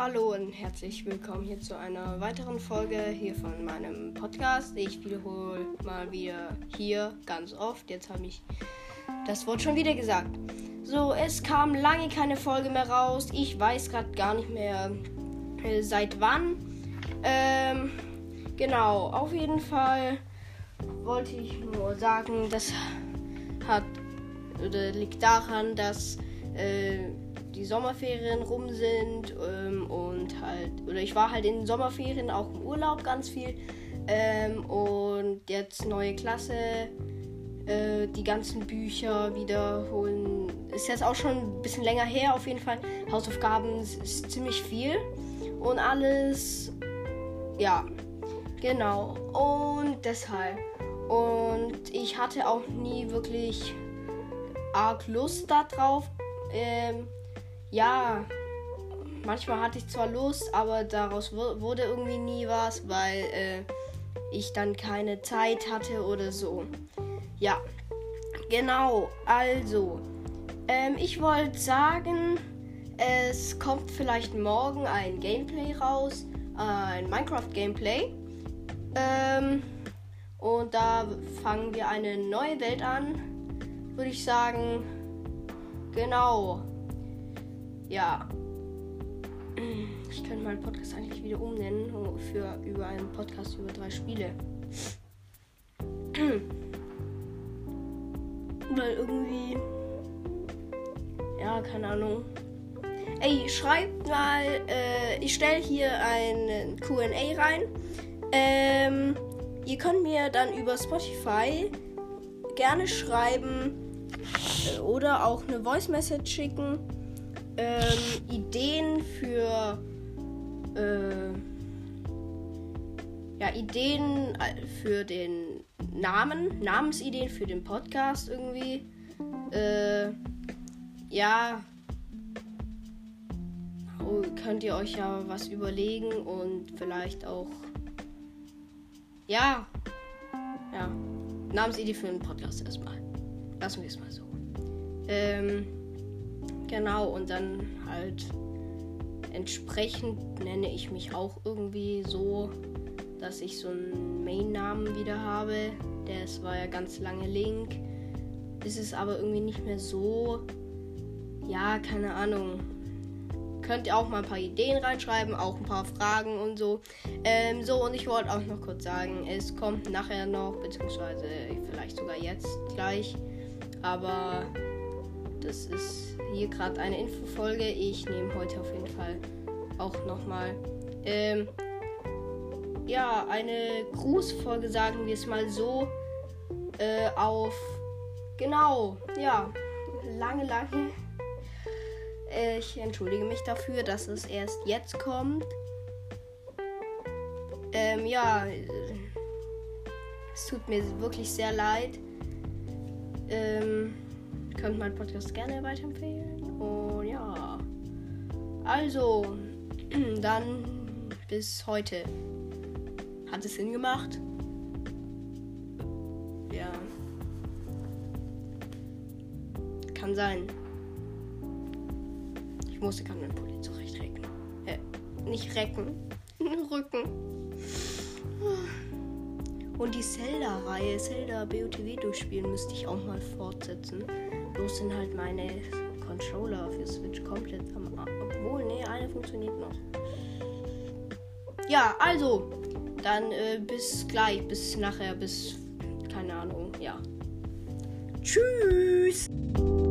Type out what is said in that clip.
Hallo und herzlich willkommen hier zu einer weiteren Folge hier von meinem Podcast. Ich wiederhole mal wieder hier ganz oft. Jetzt habe ich das Wort schon wieder gesagt. So, es kam lange keine Folge mehr raus. Ich weiß gerade gar nicht mehr seit wann. Genau, auf jeden Fall wollte ich nur sagen, das liegt daran, dass die Sommerferien rum sind ich war halt in den Sommerferien auch im Urlaub ganz viel und jetzt neue Klasse, die ganzen Bücher wiederholen, ist jetzt auch schon ein bisschen länger her, auf jeden Fall. Hausaufgaben ist ziemlich viel und alles, ja, genau, und deshalb. Und ich hatte auch nie wirklich arg Lust darauf. Ja, manchmal hatte ich zwar Lust, aber daraus wurde irgendwie nie was, weil ich dann keine Zeit hatte oder so. Ja, genau, also, ich wollte sagen, es kommt vielleicht morgen ein Gameplay raus, ein Minecraft-Gameplay. Und da fangen wir eine neue Welt an, würde ich sagen. Genau. Ja. Ich könnte meinen Podcast eigentlich wieder umnennen über einen Podcast über 3 Spiele. Weil irgendwie, ja, keine Ahnung. Ey, schreibt mal, ich stelle hier ein Q&A rein. Ihr könnt mir dann über Spotify gerne schreiben oder auch eine Voice Message schicken. Ideen für den Namensideen für den Podcast irgendwie. Könnt ihr euch ja was überlegen und vielleicht auch Namensidee für den Podcast erstmal. Lassen wir es mal so. Genau, und dann halt entsprechend nenne ich mich auch irgendwie so, dass ich so einen Main-Namen wieder habe. Das war ja ganz lange Link. Ist es aber irgendwie nicht mehr so. Ja, keine Ahnung. Könnt ihr auch mal ein paar Ideen reinschreiben, auch ein paar Fragen und so. Und ich wollte auch noch kurz sagen, es kommt nachher noch, beziehungsweise vielleicht sogar jetzt gleich. Aber das ist hier gerade eine Infofolge. Ich nehme heute auf jeden Fall auch nochmal eine Grußfolge, sagen wir es mal so, auf, genau, ja, lange. Ich entschuldige mich dafür, dass es erst jetzt kommt. Es tut mir wirklich sehr leid. Könnt meinen Podcast gerne weiterempfehlen. Und ja. Also, dann bis heute. Hat es Sinn gemacht? Ja. Kann sein. Ich musste gerade meinen Pulli zurechtrecken. Nicht recken. Rücken. Und die Zelda-Reihe, Zelda BOTW durchspielen, müsste ich auch mal fortsetzen. Bloß sind halt meine Controller für Switch komplett am Obwohl, eine funktioniert noch. Ja, also, dann bis gleich, bis nachher, bis, keine Ahnung, ja. Tschüss!